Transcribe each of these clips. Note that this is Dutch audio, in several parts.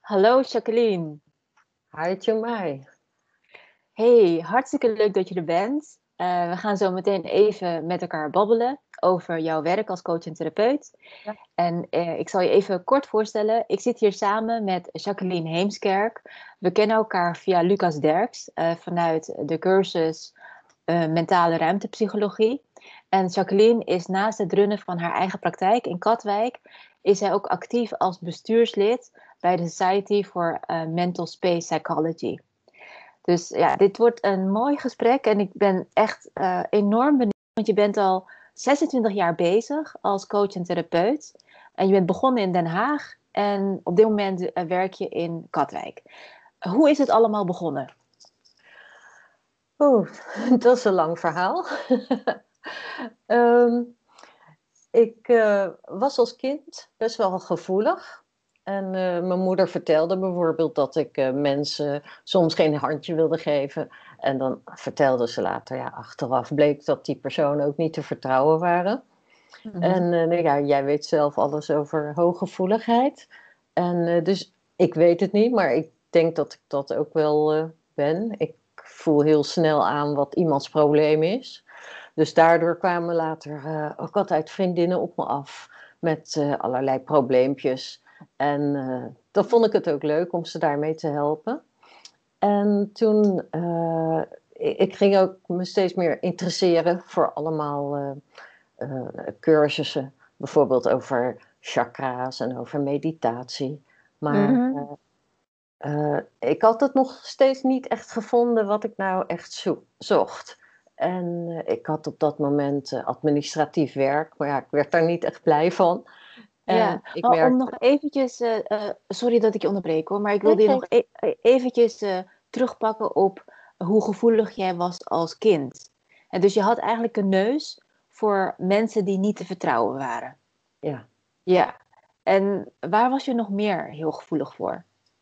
Hallo Jacqueline. Hi Tjomai. Hey, hartstikke leuk dat je er bent. We gaan zo meteen even met elkaar babbelen over jouw werk als coach en therapeut. Ja. En ik zal je even kort voorstellen. Ik zit hier samen met Jacqueline Heemskerk. We kennen elkaar via Lucas Derks vanuit de cursus Mentale Ruimtepsychologie. En Jacqueline is naast het runnen van haar eigen praktijk in Katwijk, is zij ook actief als bestuurslid bij de Society for Mental Space Psychology. Dus ja, dit wordt een mooi gesprek en ik ben echt enorm benieuwd, want je bent al 26 jaar bezig als coach en therapeut. En je bent begonnen in Den Haag en op dit moment werk je in Katwijk. Hoe is het allemaal begonnen? Oeh, dat is een lang verhaal. Ehm, ik was als kind best wel gevoelig. En mijn moeder vertelde bijvoorbeeld dat ik mensen soms geen handje wilde geven. En dan vertelde ze later, ja, achteraf bleek dat die personen ook niet te vertrouwen waren. Mhm. En nou ja, jij weet zelf alles over hooggevoeligheid. En dus ik weet het niet, maar ik denk dat ik dat ook wel ben. Ik voel heel snel aan wat iemands probleem is. Dus daardoor kwamen later ook altijd vriendinnen op me af met allerlei probleempjes. En dan vond ik het ook leuk om ze daarmee te helpen. En toen, ik ging ook me steeds meer interesseren voor allemaal cursussen, bijvoorbeeld over chakra's en over meditatie. Maar Mhm. ik had het nog steeds niet echt gevonden wat ik nou echt zocht. En ik had op dat moment administratief werk, maar ja, ik werd daar niet echt blij van. En Ja, ik maar om nog merkte, eventjes, sorry dat ik je onderbreek hoor, maar ik nee, wilde je nog eventjes terugpakken op hoe gevoelig jij was als kind. En dus je had eigenlijk een neus voor mensen die niet te vertrouwen waren. ja. Ja, en waar was je nog meer heel gevoelig voor?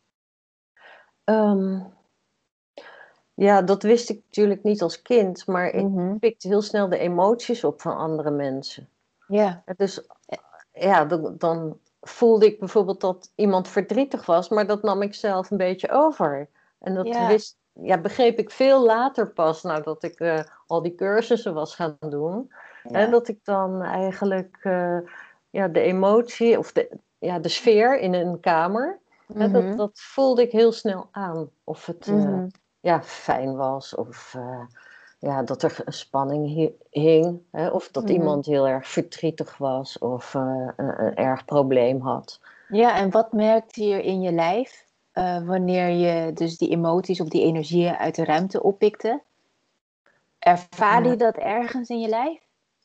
Ehm, ja, dat wist ik natuurlijk niet als kind, maar ik Mhm. pikte heel snel de emoties op van andere mensen. Ja. Dus ja, dan voelde ik bijvoorbeeld dat iemand verdrietig was, maar dat nam ik zelf een beetje over. En dat Ja. ja, begreep ik veel later pas, nadat ik al die cursussen was gaan doen. En Ja. dat ik dan eigenlijk ja, de emotie of de sfeer in een kamer, hè, Mhm. dat voelde ik heel snel aan. Of het Mhm. ja, fijn was of ja, dat er een spanning hing. Hè, of dat Mhm. iemand heel erg verdrietig was of een erg probleem had. Ja, en wat merkte je in je lijf wanneer je dus die emoties of die energieën uit de ruimte oppikte? Ervaarde Uh, je dat ergens in je lijf?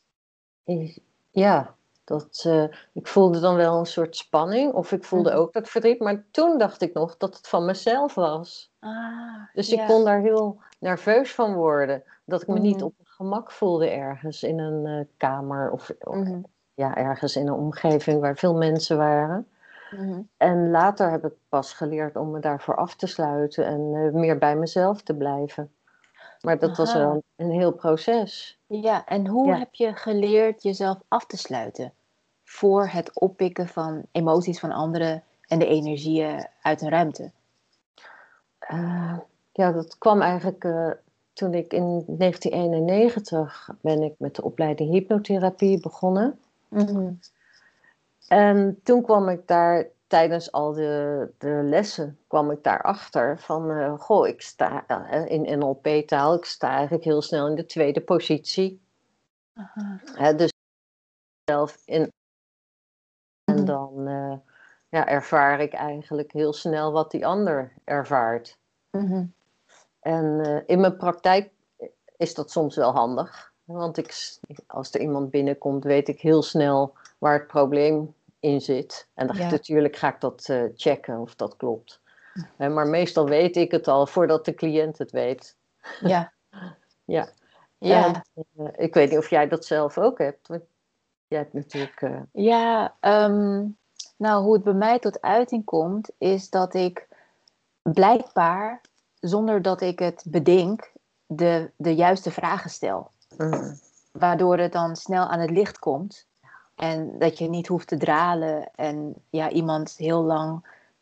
ja, ik voelde dan wel een soort spanning. Of ik voelde Mhm. ook dat verdriet. Maar toen dacht ik nog dat het van mezelf was. Ah, Dus ik ja. kon daar heel nerveus van worden. Dat ik me niet Mhm. op mijn gemak voelde ergens in een kamer. Of Mhm. ja, ergens in een omgeving waar veel mensen waren. Mhm. En later heb ik pas geleerd om me daarvoor af te sluiten en meer bij mezelf te blijven. Maar dat was Aha. wel een heel proces. Ja, en hoe Ja. heb je geleerd jezelf af te sluiten voor het oppikken van emoties van anderen en de energieën uit een ruimte? Eh, ja, dat kwam eigenlijk toen ik in 1991 ben ik met de opleiding hypnotherapie begonnen. Mhm. En toen kwam ik daar tijdens al de lessen kwam ik daarachter van, goh, ik sta in NLP-taal, ik sta eigenlijk heel snel in de tweede positie. Aha. Dus zelf in. En Mhm. dan ja, ervaar ik eigenlijk heel snel wat die ander ervaart. Mhm. En in mijn praktijk is dat soms wel handig. Want als er iemand binnenkomt, weet ik heel snel waar het probleem in zit. En dan, Ja, natuurlijk ga ik dat checken of dat klopt. Maar meestal weet ik het al voordat de cliënt het weet. ja, Ja. En ja. ik weet niet of jij dat zelf ook hebt. Want jij hebt natuurlijk. Ja, nou, hoe het bij mij tot uiting komt, is dat ik blijkbaar, zonder dat ik het bedenk, de juiste vragen stel. Mm, Waardoor het dan snel aan het licht komt. En dat je niet hoeft te dralen en ja, iemand heel lang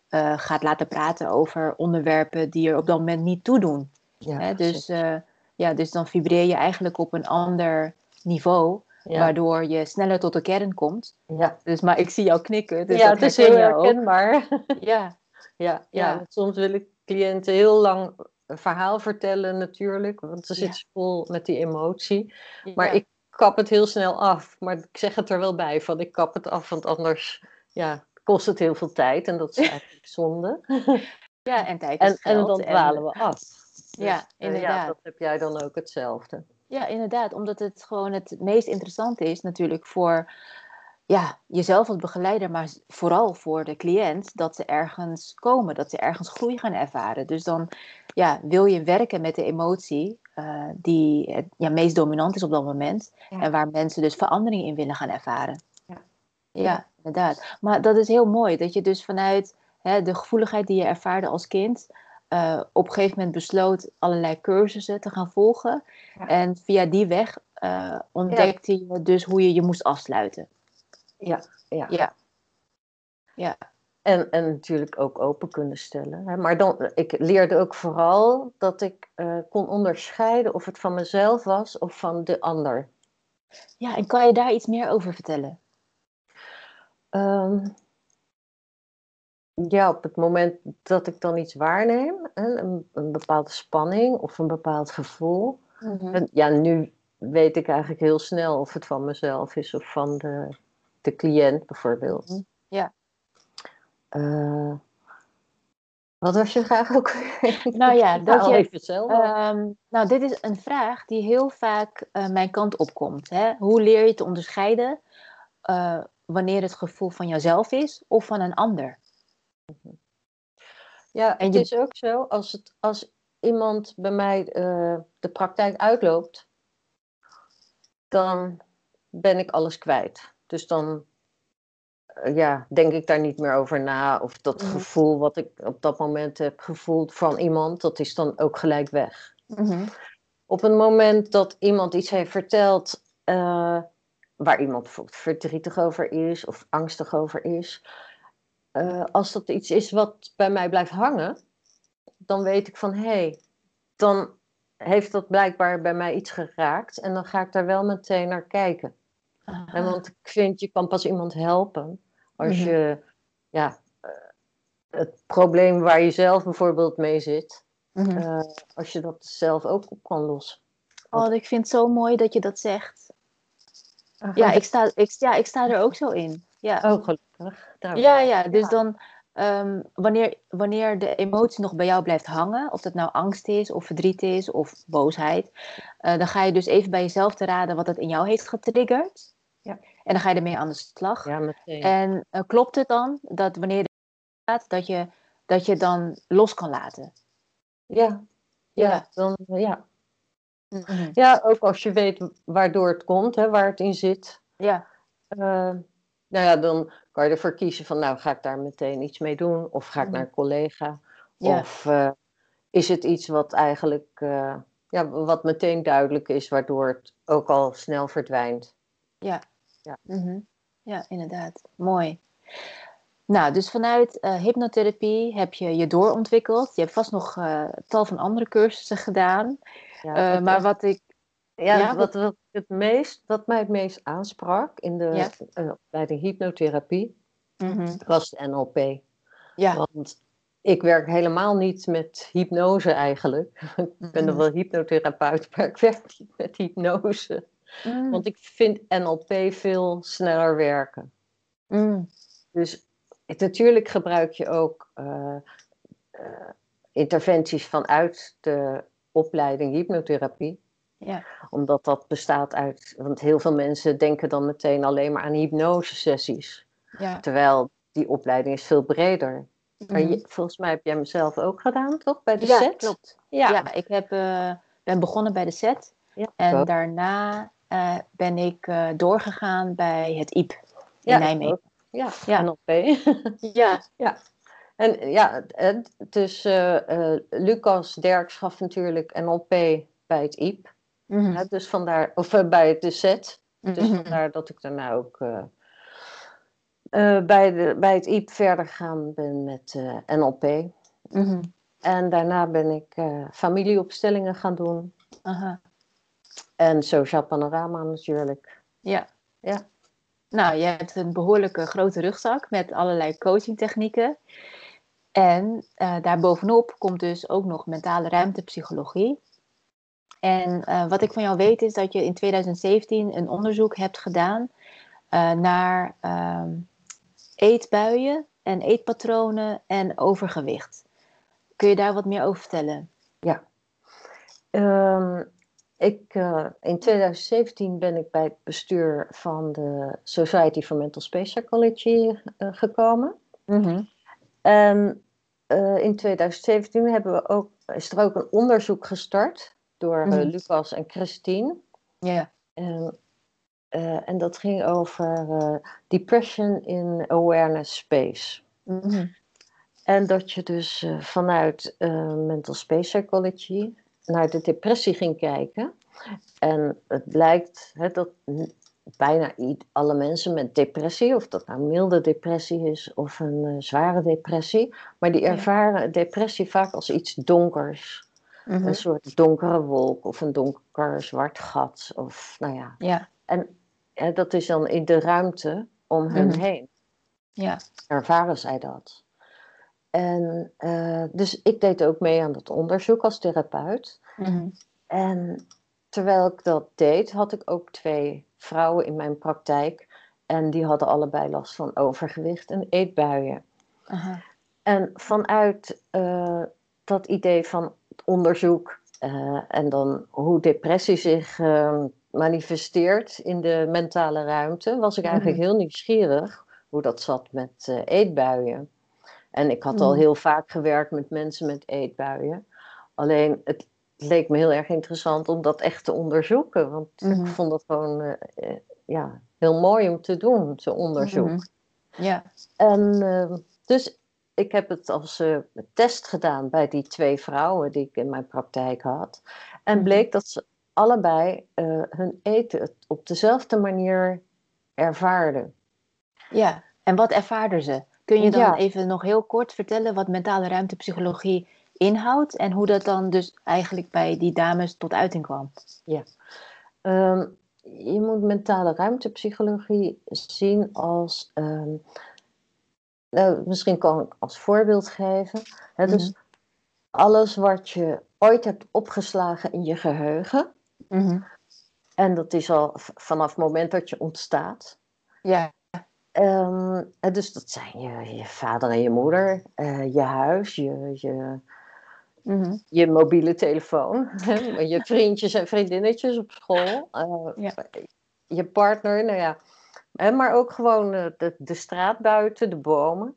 gaat laten praten over onderwerpen die er op dat moment niet toe doen. Ja, Hè? precies. Dus dan vibreer je eigenlijk op een ander niveau, Ja, waardoor je sneller tot de kern komt. ja. Dus, maar ik zie jou knikken, dus Ja, dat het is herken heel je ook. herkenbaar. Ja, Ja, ja, want soms willen cliënten heel lang een verhaal vertellen natuurlijk, want ze ja, zitten vol met die emotie. Maar ja. ik kap het heel snel af. Maar ik zeg het er wel bij van, ik kap het af, want anders kost het heel veel tijd en dat is eigenlijk zonde. Ja, en tijd is En geld. dan dwalen we af. Dus Ja, inderdaad. dat heb jij dan ook hetzelfde. Ja, inderdaad. Omdat het gewoon het meest interessante is natuurlijk voor jezelf als begeleider, maar vooral voor de cliënt, dat ze ergens komen, dat ze ergens groei gaan ervaren. Dus dan wil je werken met de emotie die het meest dominant is op dat moment. Ja. En waar mensen dus verandering in willen gaan ervaren. Ja. Ja, inderdaad. Maar dat is heel mooi, dat je dus vanuit de gevoeligheid die je ervaarde als kind, op een gegeven moment besloot allerlei cursussen te gaan volgen. Ja. En via die weg ontdekte je dus hoe je je moest afsluiten. Ja, ja. Ja. Ja. En natuurlijk ook open kunnen stellen. Hè. Maar ik leerde ook vooral dat ik kon onderscheiden of het van mezelf was of van de ander. Ja, en kan je daar iets meer over vertellen? Op het moment dat ik dan iets waarneem, een bepaalde spanning of een bepaald gevoel. En, nu weet ik eigenlijk heel snel of het van mezelf is of van de cliënt bijvoorbeeld. Ja. Wat was je vraag ook weer? Nou ja, dat je. Even zelf. Nou, dit is een vraag die heel vaak mijn kant opkomt. Hè? Hoe leer je te onderscheiden wanneer het gevoel van jouzelf is of van een ander? Ja, En het is ook zo, als iemand bij mij de praktijk uitloopt, dan ben ik alles kwijt. Dus dan denk ik daar niet meer over na. Of dat gevoel wat ik op dat moment heb gevoeld van iemand, dat is dan ook gelijk weg. Op het moment dat iemand iets heeft verteld waar iemand bijvoorbeeld verdrietig over is of angstig over is, als dat iets is wat bij mij blijft hangen, dan weet ik van dan heeft dat blijkbaar bij mij iets geraakt en dan ga ik daar wel meteen naar kijken. Want ik vind, je kan pas iemand helpen als je het probleem waar je zelf bijvoorbeeld mee zit, als je dat zelf ook op kan lossen. Oh, ik vind het zo mooi dat je dat zegt. Ja, ik sta er ook zo in. Ja. Oh, gelukkig. Ja, dus dan wanneer de emotie nog bij jou blijft hangen, of dat nou angst is, of verdriet is, of boosheid, dan ga je dus even bij jezelf te raden wat het in jou heeft getriggerd. Ja. En dan ga je ermee aan de slag. Ja, meteen. En klopt het dan dat wanneer je gaat, dat je dan los kan laten? Ja. Mm-hmm. Ja, ook als je weet waardoor het komt, waar het in zit. Ja. Dan kan je ervoor kiezen van, nou ga ik daar meteen iets mee doen, of ga ik naar een collega, of is het iets wat eigenlijk, wat meteen duidelijk is, waardoor het ook al snel verdwijnt. Ja. Ja, inderdaad. Mooi. Nou, dus vanuit hypnotherapie heb je je doorontwikkeld. Je hebt vast nog tal van andere cursussen gedaan. Maar wat ik... Wat mij het meest aansprak bij de hypnotherapie, was de NLP. Ja. Want ik werk helemaal niet met hypnose eigenlijk. Ik ben dan wel hypnotherapeut, maar ik werk niet met hypnose. Want ik vind NLP veel sneller werken. Dus natuurlijk gebruik je ook interventies vanuit de opleiding hypnotherapie. Ja. Omdat dat bestaat uit... Want heel veel mensen denken dan meteen alleen maar aan hypnosesessies. Ja. Terwijl die opleiding is veel breder. Volgens mij heb jij hem zelf ook gedaan, toch? Bij de SET? SET? Klopt. Ja, ik ben begonnen bij de SET. Ja, en daarna ben ik doorgegaan bij het IEP in Nijmegen. Ja, NLP. Ja. Ja. En dus Lucas Derks gaf natuurlijk NLP bij het IEP. Dus vandaar, of bij de SET. Dus vandaar dat ik daarna ook Bij het IEP verder gaan ben met NLP. Mhm. En daarna ben ik familieopstellingen gaan doen. Aha. En sociaal panorama natuurlijk. Ja. Ja. Nou, je hebt een behoorlijke grote rugzak met allerlei coachingtechnieken. En daarbovenop komt dus ook nog mentale ruimtepsychologie. En wat ik van jou weet is dat je in 2017 een onderzoek hebt gedaan naar eetbuien en eetpatronen en overgewicht. Kun je daar wat meer over vertellen? Ja. In 2017 ben ik bij het bestuur van de Society for Mental Space Psychology gekomen. Mhm. En in 2017 is er ook een onderzoek gestart door Lucas en Christine. Ja. En dat ging over depression in awareness space. Mhm. En dat je dus vanuit mental space psychology naar de depressie ging kijken. En het blijkt dat bijna alle mensen met depressie, of dat nou milde depressie is of een zware depressie, maar die ervaren depressie vaak als iets donkers. Mhm. Een soort donkere wolk of een donker zwart gat. Of, nou ja. Ja. En dat is dan in de ruimte om hen heen. Ja. Ervaren zij dat. En dus ik deed ook mee aan dat onderzoek als therapeut. Mhm. En terwijl ik dat deed, had ik ook 2 vrouwen in mijn praktijk. En die hadden allebei last van overgewicht en eetbuien. Aha. En vanuit dat idee van het onderzoek en dan hoe depressie zich manifesteert in de mentale ruimte, was ik eigenlijk heel nieuwsgierig hoe dat zat met eetbuien. En ik had al heel vaak gewerkt met mensen met eetbuien. Alleen het leek me heel erg interessant om dat echt te onderzoeken. Want ik vond dat gewoon heel mooi om te doen, zo'n onderzoek. Ja. En dus ik heb het als test gedaan bij die 2 vrouwen die ik in mijn praktijk had. En bleek dat ze allebei hun eten op dezelfde manier ervaarden. Ja, en wat ervaarden ze? Kun je dan Ja, even nog heel kort vertellen wat mentale ruimtepsychologie inhoudt en hoe dat dan dus eigenlijk bij die dames tot uiting kwam? ja. Je moet mentale ruimtepsychologie zien als, nou, misschien kan ik als voorbeeld geven. Dus alles wat je ooit hebt opgeslagen in je geheugen, en dat is al vanaf het moment dat je ontstaat. Ja. Dus dat zijn je vader en je moeder, je huis, je mobiele telefoon, je vriendjes en vriendinnetjes op school, Ja. je partner, nou ja. Maar ook gewoon de straat buiten, de bomen.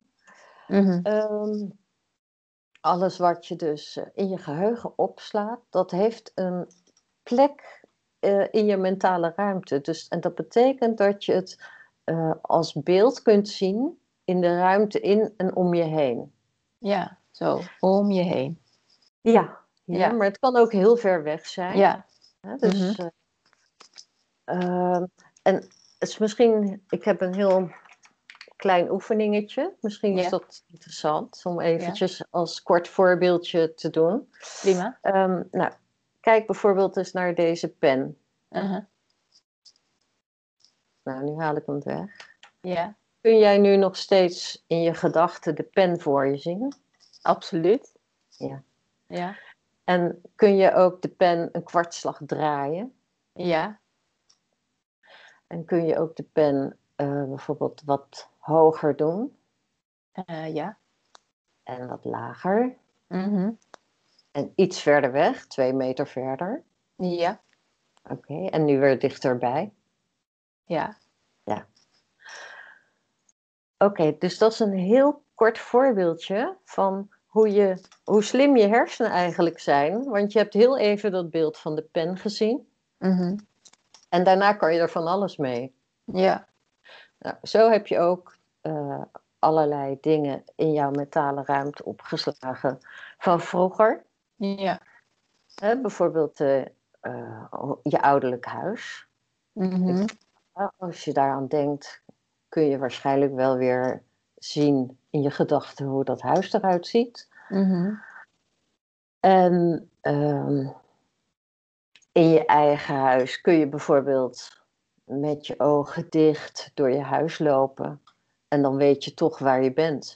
Alles wat je dus in je geheugen opslaat, dat heeft een plek in je mentale ruimte. Dus, en dat betekent dat je het als beeld kunt zien in de ruimte in en om je heen. Ja, zo, om je heen. Ja, Ja. maar het kan ook heel ver weg zijn. Ja. Dus, en het is misschien, ik heb een heel klein oefeningetje. Misschien is dat interessant om eventjes als kort voorbeeldje te doen. Prima. Nou, kijk bijvoorbeeld eens naar deze pen. Nou, nu haal ik hem weg. Ja. Kun jij nu nog steeds in je gedachten de pen voor je zien? Absoluut. Ja. Ja. En kun je ook de pen een kwartslag draaien? Ja. En kun je ook de pen bijvoorbeeld wat hoger doen? Ja. En wat lager? En iets verder weg, 2 meter verder? Ja. Oké, en nu weer dichterbij? Ja. Ja. Oké, dus dat is een heel kort voorbeeldje van hoe slim je hersenen eigenlijk zijn. Want je hebt heel even dat beeld van de pen gezien. En daarna kan je er van alles mee. Ja. Nou, zo heb je ook allerlei dingen in jouw mentale ruimte opgeslagen van vroeger. Ja. Bijvoorbeeld je ouderlijk huis. Als je daaraan denkt, kun je waarschijnlijk wel weer zien in je gedachten hoe dat huis eruit ziet. En in je eigen huis kun je bijvoorbeeld met je ogen dicht door je huis lopen. En dan weet je toch waar je bent.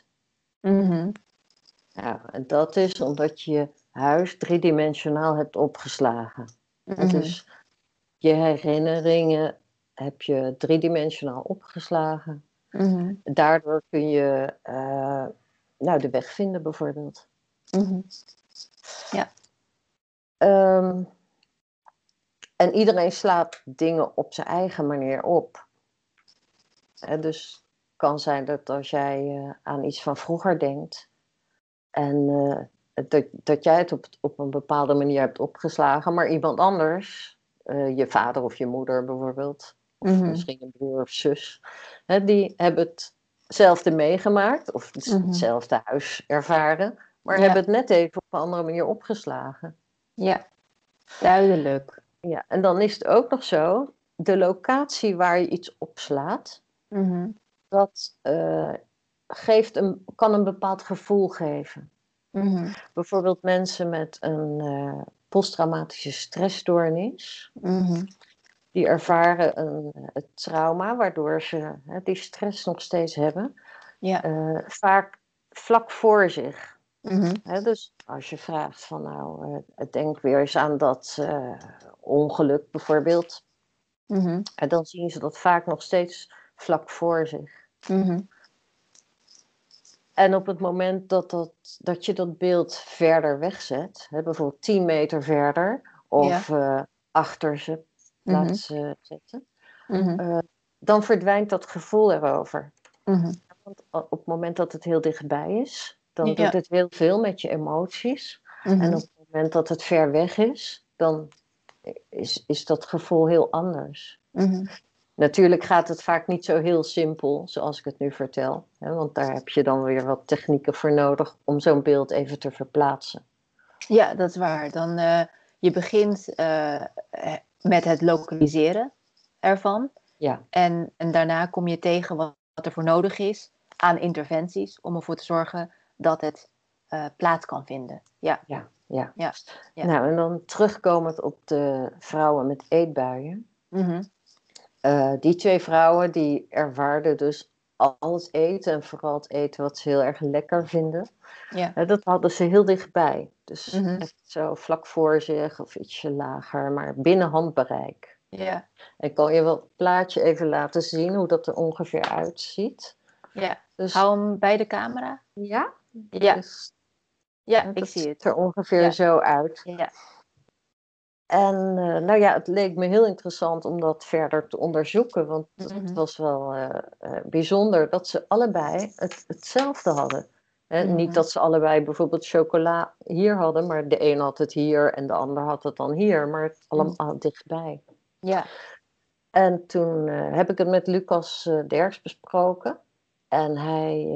Ja, en dat is omdat je je huis driedimensionaal hebt opgeslagen. Dus je herinneringen heb je driedimensionaal opgeslagen. Daardoor kun je de weg vinden bijvoorbeeld. Ja. En iedereen slaat dingen op zijn eigen manier op. Dus het kan zijn dat als jij aan iets van vroeger denkt en dat jij het op een bepaalde manier hebt opgeslagen, maar iemand anders, je vader of je moeder bijvoorbeeld, of misschien een broer of zus, die hebben hetzelfde meegemaakt of hetzelfde huis ervaren, maar hebben het net even op een andere manier opgeslagen. Ja, duidelijk. Ja, en dan is het ook nog zo, de locatie waar je iets opslaat, dat kan een bepaald gevoel geven. Bijvoorbeeld mensen met een posttraumatische stressstoornis, die ervaren het trauma, waardoor ze die stress nog steeds hebben, vaak vlak voor zich. Dus als je vraagt van denk weer eens aan dat ongeluk bijvoorbeeld, en dan zien ze dat vaak nog steeds vlak voor zich. En op het moment dat je dat beeld verder wegzet, bijvoorbeeld 10 meter verder of achter ze laat zetten, dan verdwijnt dat gevoel erover. Want op het moment dat het heel dichtbij is, dan doet het heel veel met je emoties. En op het moment dat het ver weg is, dan is dat gevoel heel anders. Natuurlijk gaat het vaak niet zo heel simpel, zoals ik het nu vertel. Want daar heb je dan weer wat technieken voor nodig om zo'n beeld even te verplaatsen. Ja, dat is waar. Dan, je begint met het lokaliseren ervan. Ja. En daarna kom je tegen wat er voor nodig is aan interventies om ervoor te zorgen dat het plaats kan vinden. Ja. Nou, en dan terugkomend op de vrouwen met eetbuien. Die 2 vrouwen die ervaarden dus al het eten en vooral het eten wat ze heel erg lekker vinden. Dat hadden ze heel dichtbij. Dus echt zo vlak voor zich of ietsje lager, maar binnen handbereik. En kan je wel het plaatje even laten zien hoe dat er ongeveer uitziet? Ja, dus, hou hem bij de camera. Ja? Ja, dus, ik zie het. Het er ongeveer zo uit. Ja. En het leek me heel interessant om dat verder te onderzoeken, want het was wel bijzonder dat ze allebei hetzelfde hadden. Niet dat ze allebei bijvoorbeeld chocola hier hadden, maar de een had het hier en de ander had het dan hier, maar het allemaal dichtbij. Ja. En toen heb ik het met Lucas Derks besproken en hij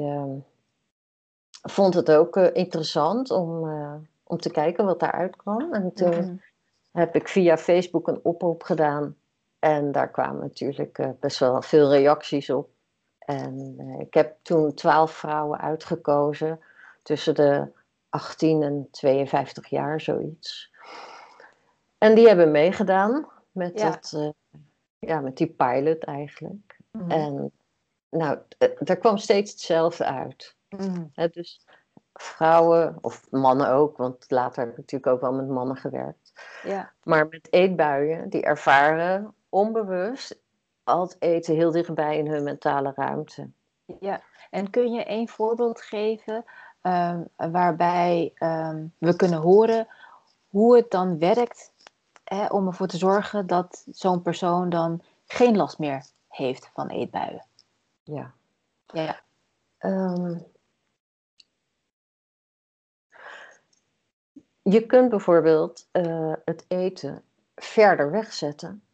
vond het ook interessant om te kijken wat daaruit kwam. En toen heb ik via Facebook een oproep gedaan. En daar kwamen natuurlijk best wel veel reacties op. En ik heb toen 12 vrouwen uitgekozen tussen de 18 en 52 jaar, zoiets. En die hebben meegedaan met met die pilot eigenlijk. En er kwam steeds hetzelfde uit. Dus vrouwen, of mannen ook, want later heb ik natuurlijk ook wel met mannen gewerkt. Ja. Maar met eetbuien, die ervaren onbewust al het eten heel dichtbij in hun mentale ruimte. Ja, en kun je een voorbeeld geven waarbij we kunnen horen hoe het dan werkt om ervoor te zorgen dat zo'n persoon dan geen last meer heeft van eetbuien? Ja. Je kunt bijvoorbeeld het eten verder wegzetten.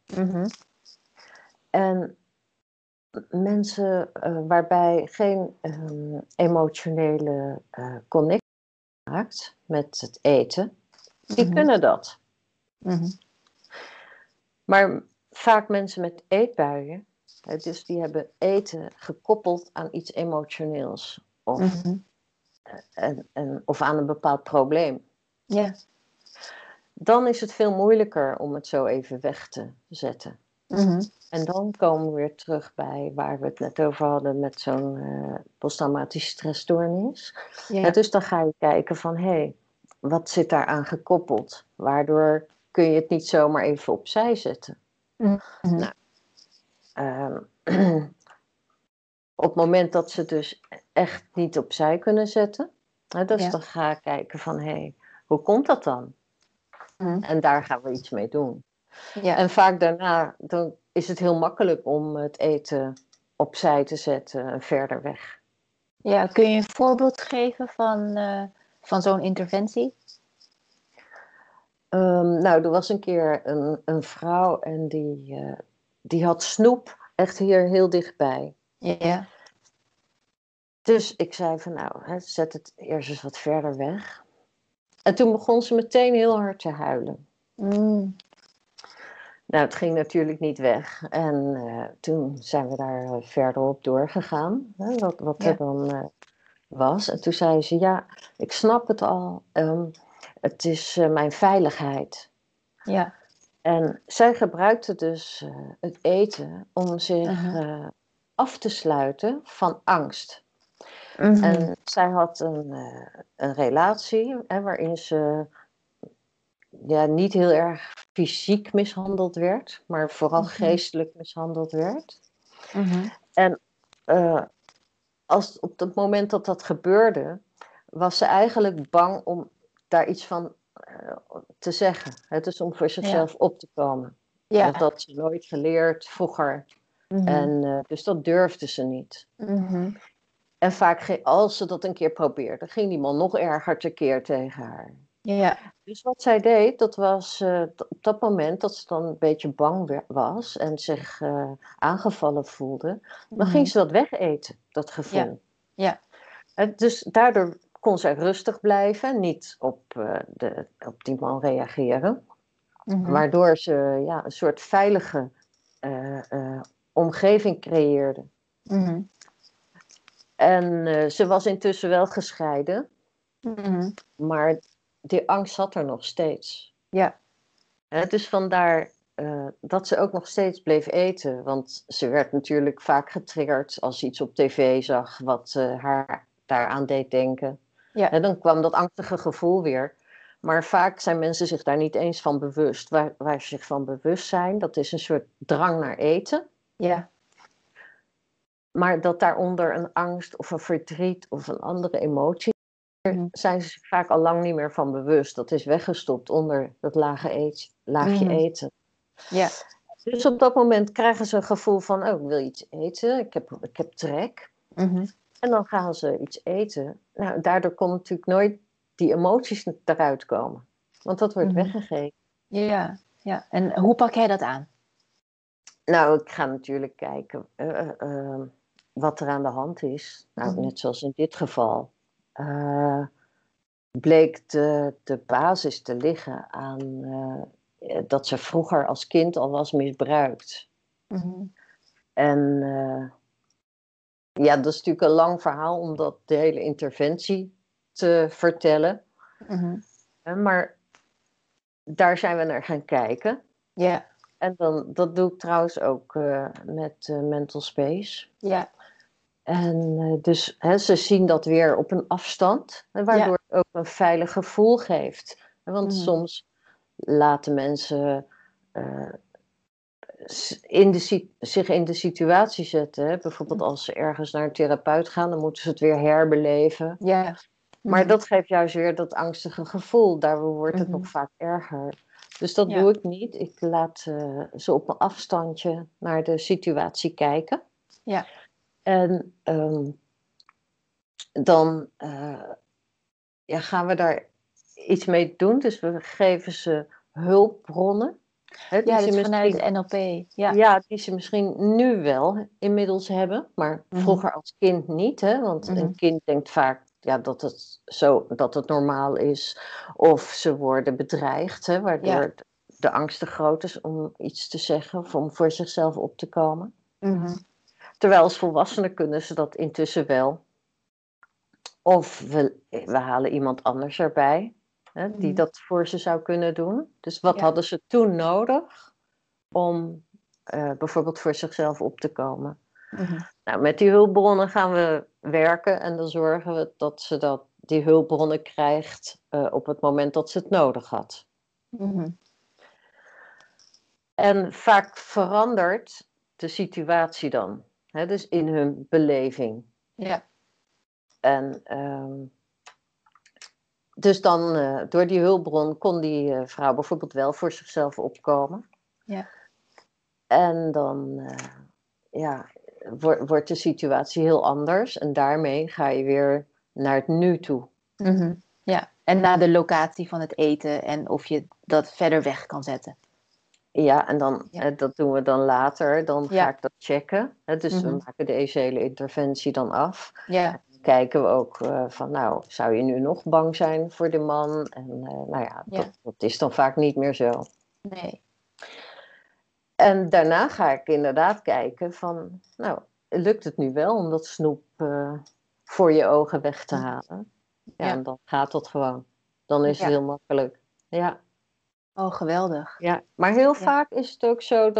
En mensen waarbij geen emotionele connectie maakt met het eten, die kunnen dat. Maar vaak mensen met eetbuien, Dus die hebben eten gekoppeld aan iets emotioneels. Of aan een bepaald probleem. Ja. Dan is het veel moeilijker om het zo even weg te zetten. En dan komen we weer terug bij waar we het net over hadden met zo'n posttraumatische stressstoornis. Ja. Dus dan ga je kijken van, hé, wat zit daar aan gekoppeld? Waardoor kun je het niet zomaar even opzij zetten. Nou, op het moment dat ze dus echt niet opzij kunnen zetten, dus dan ga ik kijken van, hé, hoe komt dat dan? En daar gaan we iets mee doen. Ja. En vaak daarna dan is het heel makkelijk om het eten opzij te zetten en verder weg. Ja, kun je een voorbeeld geven van zo'n interventie? Nou, er was een keer een vrouw en die had snoep echt hier heel dichtbij. Ja. Dus ik zei van nou, zet het eerst eens wat verder weg. En toen begon ze meteen heel hard te huilen. Nou, het ging natuurlijk niet weg. En toen zijn we daar verder op doorgegaan. Wat er dan was. En toen zei ze, ja, ik snap het al. Het is mijn veiligheid. Ja. En zij gebruikte dus het eten om zich af te sluiten van angst. En zij had een relatie waarin ze niet heel erg fysiek mishandeld werd, maar vooral geestelijk mishandeld werd. En op het moment dat dat gebeurde, was ze eigenlijk bang om daar iets van te zeggen. Dus om voor zichzelf op te komen. Ja. Dat had ze nooit geleerd vroeger. En dus dat durfde ze niet. En vaak, als ze dat een keer probeerde, ging die man nog erger tekeer tegen haar. Ja. Dus wat zij deed, dat was op dat moment dat ze dan een beetje bang was en zich aangevallen voelde, dan ging ze dat wegeten, dat gevoel. Ja. Dus daardoor kon zij rustig blijven, niet op die man reageren. Waardoor ze een soort veilige omgeving creëerde. En ze was intussen wel gescheiden, maar die angst zat er nog steeds. Ja. Dus vandaar dat ze ook nog steeds bleef eten. Want ze werd natuurlijk vaak getriggerd als ze iets op tv zag wat haar daaraan deed denken. Ja. Dan kwam dat angstige gevoel weer. Maar vaak zijn mensen zich daar niet eens van bewust. Waar ze zich van bewust zijn, dat is een soort drang naar eten. Ja. Maar dat daaronder een angst of een verdriet of een andere emotie, zijn ze zich vaak al lang niet meer van bewust. Dat is weggestopt onder dat laagje eten. Ja. Dus op dat moment krijgen ze een gevoel van, oh, ik wil iets eten, ik heb trek. En dan gaan ze iets eten. Nou, daardoor kon natuurlijk nooit die emoties eruit komen. Want dat wordt weggegeven. Ja. En hoe pak jij dat aan? Nou, ik ga natuurlijk kijken wat er aan de hand is. Nou, net zoals in dit geval. Bleek de basis te liggen aan dat ze vroeger als kind al was misbruikt. En dat is natuurlijk een lang verhaal om de hele interventie te vertellen. Maar daar zijn we naar gaan kijken. Ja. En dat doe ik trouwens ook met Mental Space. Ja. En dus ze zien dat weer op een afstand, waardoor het ook een veilig gevoel geeft. Want soms laten mensen zich in de situatie zetten. Bijvoorbeeld als ze ergens naar een therapeut gaan, dan moeten ze het weer herbeleven. Ja. Maar dat geeft juist weer dat angstige gevoel. Daardoor wordt het nog vaak erger. Dus dat doe ik niet. Ik laat ze op een afstandje naar de situatie kijken. Ja. En dan gaan we daar iets mee doen. Dus we geven ze hulpbronnen. Dus vanuit NLP. Ja, die ze misschien nu wel inmiddels hebben. Maar vroeger als kind niet. Want een kind denkt vaak dat het normaal is. Of ze worden bedreigd. Waardoor de angst te groot is om iets te zeggen. Of om voor zichzelf op te komen. Mhm. Terwijl als volwassenen kunnen ze dat intussen wel. Of we halen iemand anders erbij, hè, die Mhm. dat voor ze zou kunnen doen. Dus wat Ja. hadden ze toen nodig om bijvoorbeeld voor zichzelf op te komen? Mhm. Nou, met die hulpbronnen gaan we werken en dan zorgen we dat ze die hulpbronnen krijgt op het moment dat ze het nodig had. Mhm. En vaak verandert de situatie dan, hè, dus in hun beleving. Ja. En dus dan, door die hulpbron kon die vrouw bijvoorbeeld wel voor zichzelf opkomen. Ja. En dan ja, wordt de situatie heel anders. En daarmee ga je weer naar het nu toe. Mhm. Ja. En naar de locatie van het eten en of je dat verder weg kan zetten. Ja, en dan, Ja. dat doen we dan later. Dan ga Ja. ik dat checken. Dus we Mhm. maken deze hele interventie dan af. Ja. Kijken we ook van, nou, zou je nu nog bang zijn voor de man? En nou ja, Ja. dat is dan vaak niet meer zo. Nee. En daarna ga ik inderdaad kijken van, nou, lukt het nu wel om dat snoep voor je ogen weg te halen? Ja, Ja. en dan gaat dat gewoon. Dan is het Ja. heel makkelijk. Ja, Oh, geweldig. ja. Maar heel Ja. vaak is het ook zo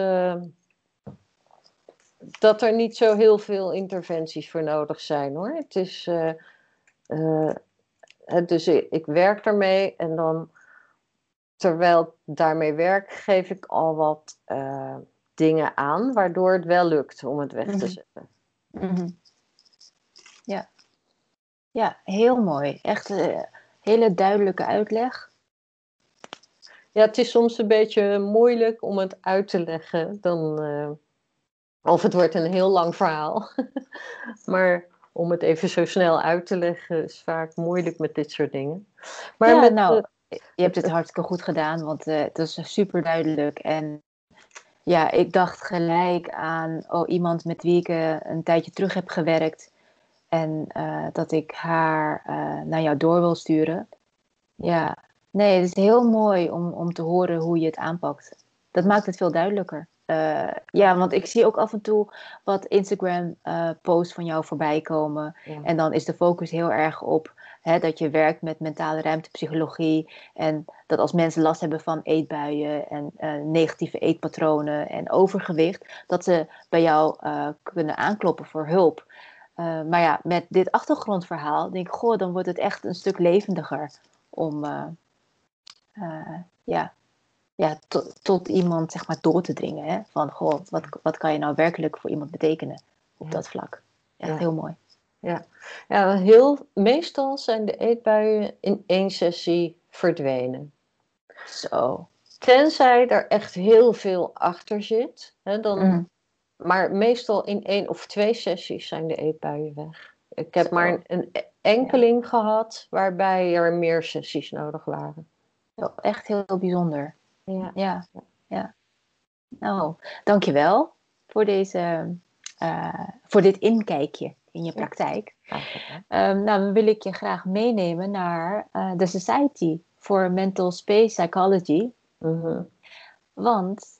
dat er niet zo heel veel interventies voor nodig zijn, hoor. Het is, eh, dus ik werk ermee en dan, terwijl ik daarmee werk, geef ik al wat dingen aan, waardoor het wel lukt om het weg te Mhm. zetten. Mhm. Ja. Ja, heel mooi. Echt hele duidelijke uitleg. Ja, het is soms een beetje moeilijk om het uit te leggen. Of het wordt een heel lang verhaal. Maar om het even zo snel uit te leggen is vaak moeilijk met dit soort dingen. Maar Ja, met nou, je hebt het het hartstikke goed gedaan, want het is super duidelijk. En ja, ik dacht gelijk aan iemand met wie ik een tijdje terug heb gewerkt. En dat ik haar naar jou door wil sturen. Ja, nee, het is heel mooi om te horen hoe je het aanpakt. Dat maakt het veel duidelijker. Ja, want ik zie ook af en toe wat Instagram-posts van jou voorbij komen. ja, En dan is de focus heel erg op dat je werkt met mentale ruimtepsychologie. En dat als mensen last hebben van eetbuien en negatieve eetpatronen en overgewicht, dat ze bij jou kunnen aankloppen voor hulp. Maar ja, met dit achtergrondverhaal denk ik, goh, dan wordt het echt een stuk levendiger om ja, tot iemand zeg maar door te dringen. Hè? Van, goh, wat kan je nou werkelijk voor iemand betekenen op ja, dat vlak? Echt ja, heel mooi. ja. Ja, meestal zijn de eetbuien in 1 sessie verdwenen. Zo. Tenzij er echt heel veel achter zit, hè, dan. Mm, Maar meestal in 1 of 2 sessies zijn de eetbuien weg. Ik heb maar zo. een Ja. enkeling gehad waarbij er meer sessies nodig waren. Zo, echt heel bijzonder. Ja, Ja, ja. Nou, dankjewel voor voor dit inkijkje in je ja, praktijk. graag gedaan. Nou, dan wil ik je graag meenemen naar de Society for Mental Space Psychology. Mhm. Want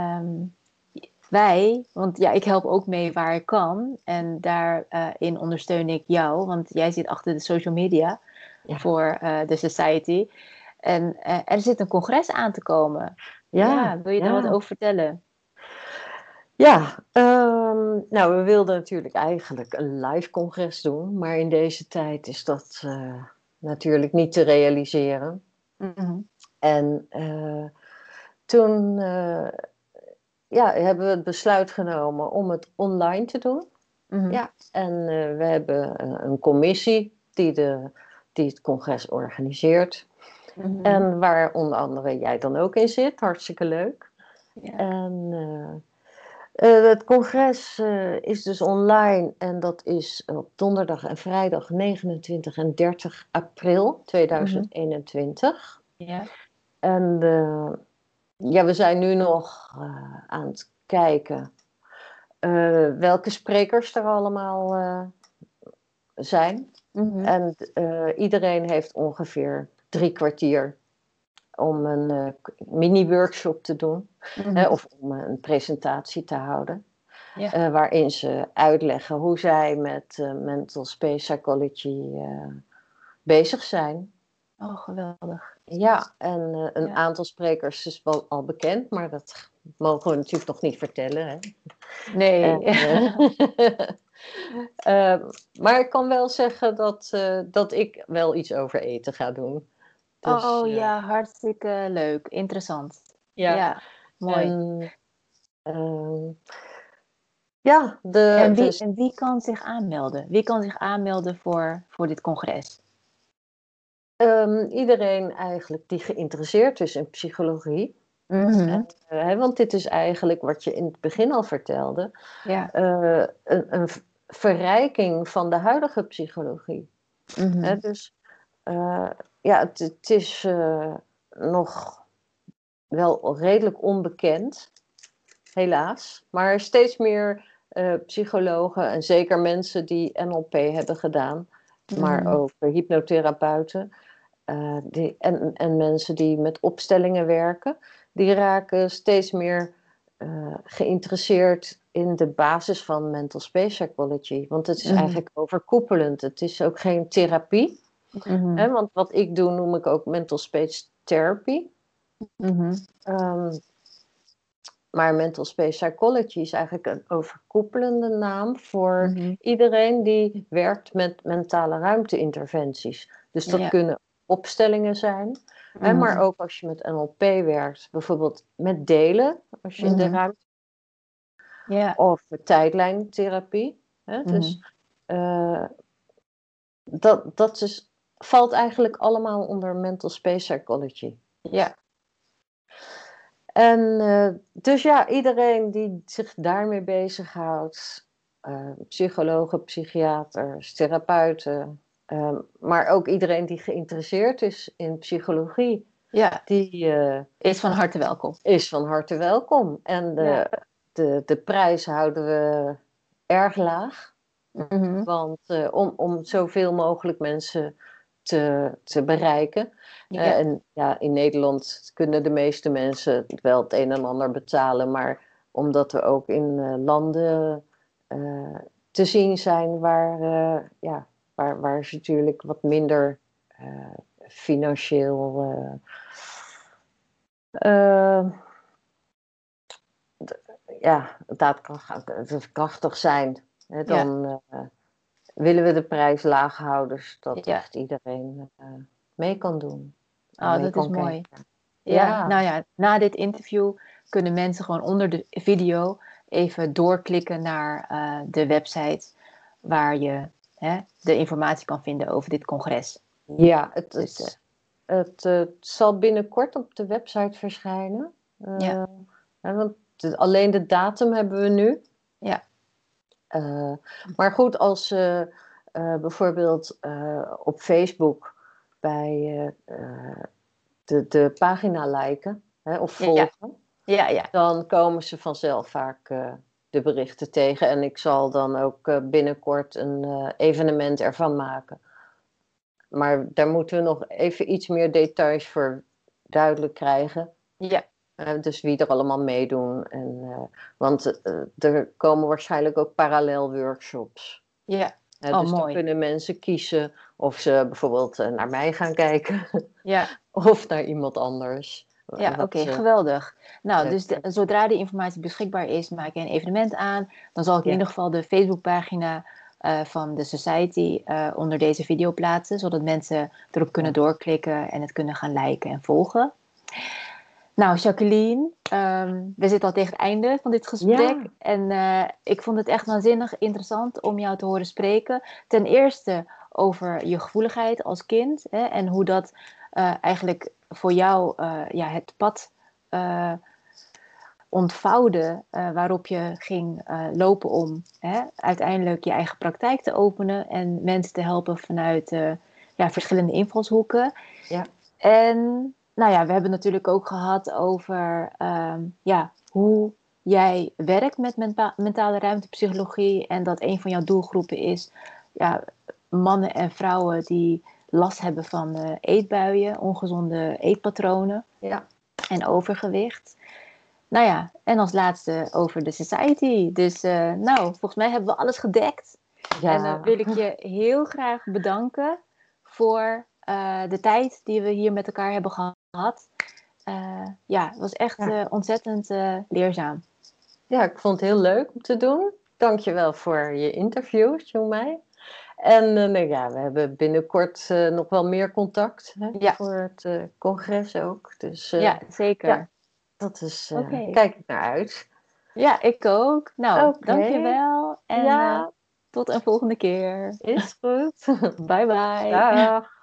want ja, ik help ook mee waar ik kan. En daarin ondersteun ik jou, want jij zit achter de social media Ja, voor de Society. En er zit een congres aan te komen. ja, Ja, wil je daar wat ja. over vertellen? Ja, nou, we wilden natuurlijk eigenlijk een live congres doen, maar in deze tijd is dat natuurlijk niet te realiseren. Mhm. En toen ja, hebben we het besluit genomen om het online te doen. Mhm. Ja, en we hebben een commissie die het congres organiseert. Mhm. En waar onder andere jij dan ook in zit. Hartstikke leuk. Ja. En het congres is dus online en dat is op donderdag en vrijdag 29 en 30 april Mhm. 2021. Ja. En ja, we zijn nu nog aan het kijken welke sprekers er allemaal zijn. Mhm. En iedereen heeft ongeveer 3 kwartier om een mini-workshop te doen, Mhm. of om een presentatie te houden. Ja. Waarin ze uitleggen hoe zij met mental space psychology bezig zijn. Oh, geweldig. Ja, en een Ja. aantal sprekers is wel al bekend, maar dat mogen we natuurlijk nog niet vertellen. Hè? Nee. Eh, maar ik kan wel zeggen dat ik wel iets over eten ga doen. Dus Oh ja, hartstikke leuk. Interessant. ja, Ja, mooi. en ja, dus En wie kan zich aanmelden? Wie kan zich aanmelden voor dit congres? iedereen eigenlijk die geïnteresseerd is in psychologie. Mhm. Want dit is eigenlijk wat je in het begin al vertelde. Ja. Een verrijking van de huidige psychologie. Mhm. Dus ja, het is nog wel redelijk onbekend, helaas. Maar steeds meer psychologen en zeker mensen die NLP hebben gedaan, maar Mhm. ook hypnotherapeuten en mensen die met opstellingen werken, die raken steeds meer geïnteresseerd in de basis van mental space psychology. Want het is Mhm. eigenlijk overkoepelend. Het is ook geen therapie. Mhm. Want wat ik doe, noem ik ook mental space therapy. Mhm. Um, maar mental space psychology is eigenlijk een overkoepelende naam voor Mhm. iedereen die werkt met mentale ruimte-interventies. Dus dat Ja. kunnen opstellingen zijn, maar Mhm. ook als je met NLP werkt, bijvoorbeeld met delen, als je in de Mhm. ruimte, Ja. of tijdlijntherapie. Mhm. Dus uh, dat valt eigenlijk allemaal onder mental space psychology. Ja. En dus ja, iedereen die zich daarmee bezighoudt, psychologen, psychiaters, therapeuten, maar ook iedereen die geïnteresseerd is in psychologie, Ja. die Is van harte welkom. is van harte welkom. En Ja. de prijs houden we erg laag, Mhm. want om zoveel mogelijk mensen te bereiken. Ja. En ja, in Nederland kunnen de meeste mensen wel het een en ander betalen, maar omdat we ook in landen te zien zijn waar ze natuurlijk wat minder financieel uh, daadkrachtig zijn, Ja. dan willen we de prijs laag houden, zodat Ja. echt iedereen mee kan doen en Oh, mee dat is kan mooi. kijken. Ja, Ja, nou ja, na dit interview kunnen mensen gewoon onder de video even doorklikken naar de website waar je de informatie kan vinden over dit congres. ja Dus het zal binnenkort op de website verschijnen. ja, Want alleen de datum hebben we nu. ja, Maar goed, als bijvoorbeeld op Facebook bij de pagina liken of ja, volgen, ja, ja. dan komen ze vanzelf vaak de berichten tegen. En ik zal dan ook binnenkort een evenement ervan maken. Maar daar moeten we nog even iets meer details voor duidelijk krijgen. Ja. Dus wie er allemaal meedoen. Want er komen waarschijnlijk ook parallel workshops. Ja. Oh, Dus dan mooi. kunnen mensen kiezen of ze bijvoorbeeld naar mij gaan kijken. Ja. Of naar iemand anders. Ja, oké, geweldig. Nou, dus zodra die informatie beschikbaar is, maak je een evenement aan. Dan zal ik in Ja. ieder geval de Facebookpagina van de Society onder deze video plaatsen, zodat mensen erop kunnen doorklikken en het kunnen gaan liken en volgen. Nou, Jacqueline, we zitten al tegen het einde van dit gesprek. Ja. En ik vond het echt waanzinnig interessant om jou te horen spreken. Ten eerste over je gevoeligheid als kind en hoe dat eigenlijk voor jou het pad ontvouwde waarop je ging lopen om uiteindelijk je eigen praktijk te openen en mensen te helpen vanuit verschillende invalshoeken. Ja. En nou ja, we hebben het natuurlijk ook gehad over hoe jij werkt met mentale ruimtepsychologie en dat een van jouw doelgroepen is mannen en vrouwen die last hebben van eetbuien, ongezonde eetpatronen Ja. en overgewicht. Nou ja, en als laatste over de Society. Dus nou, volgens mij hebben we alles gedekt. En dan Ja, wil ik je heel graag bedanken voor de tijd die we hier met elkaar hebben gehad. Ja, het was echt ja. ontzettend leerzaam. Ja, ik vond het heel leuk om te doen. Dankjewel voor je interview, Joemai. En nou ja, we hebben binnenkort nog wel meer contact, hè, Ja, voor het congres ook. Dus ja, ja, zeker. dat is, Oké. kijk ik naar uit. Ja, ik ook. Nou, Oké, dankjewel en ja, tot een volgende keer. is goed. Bye bye. Dag.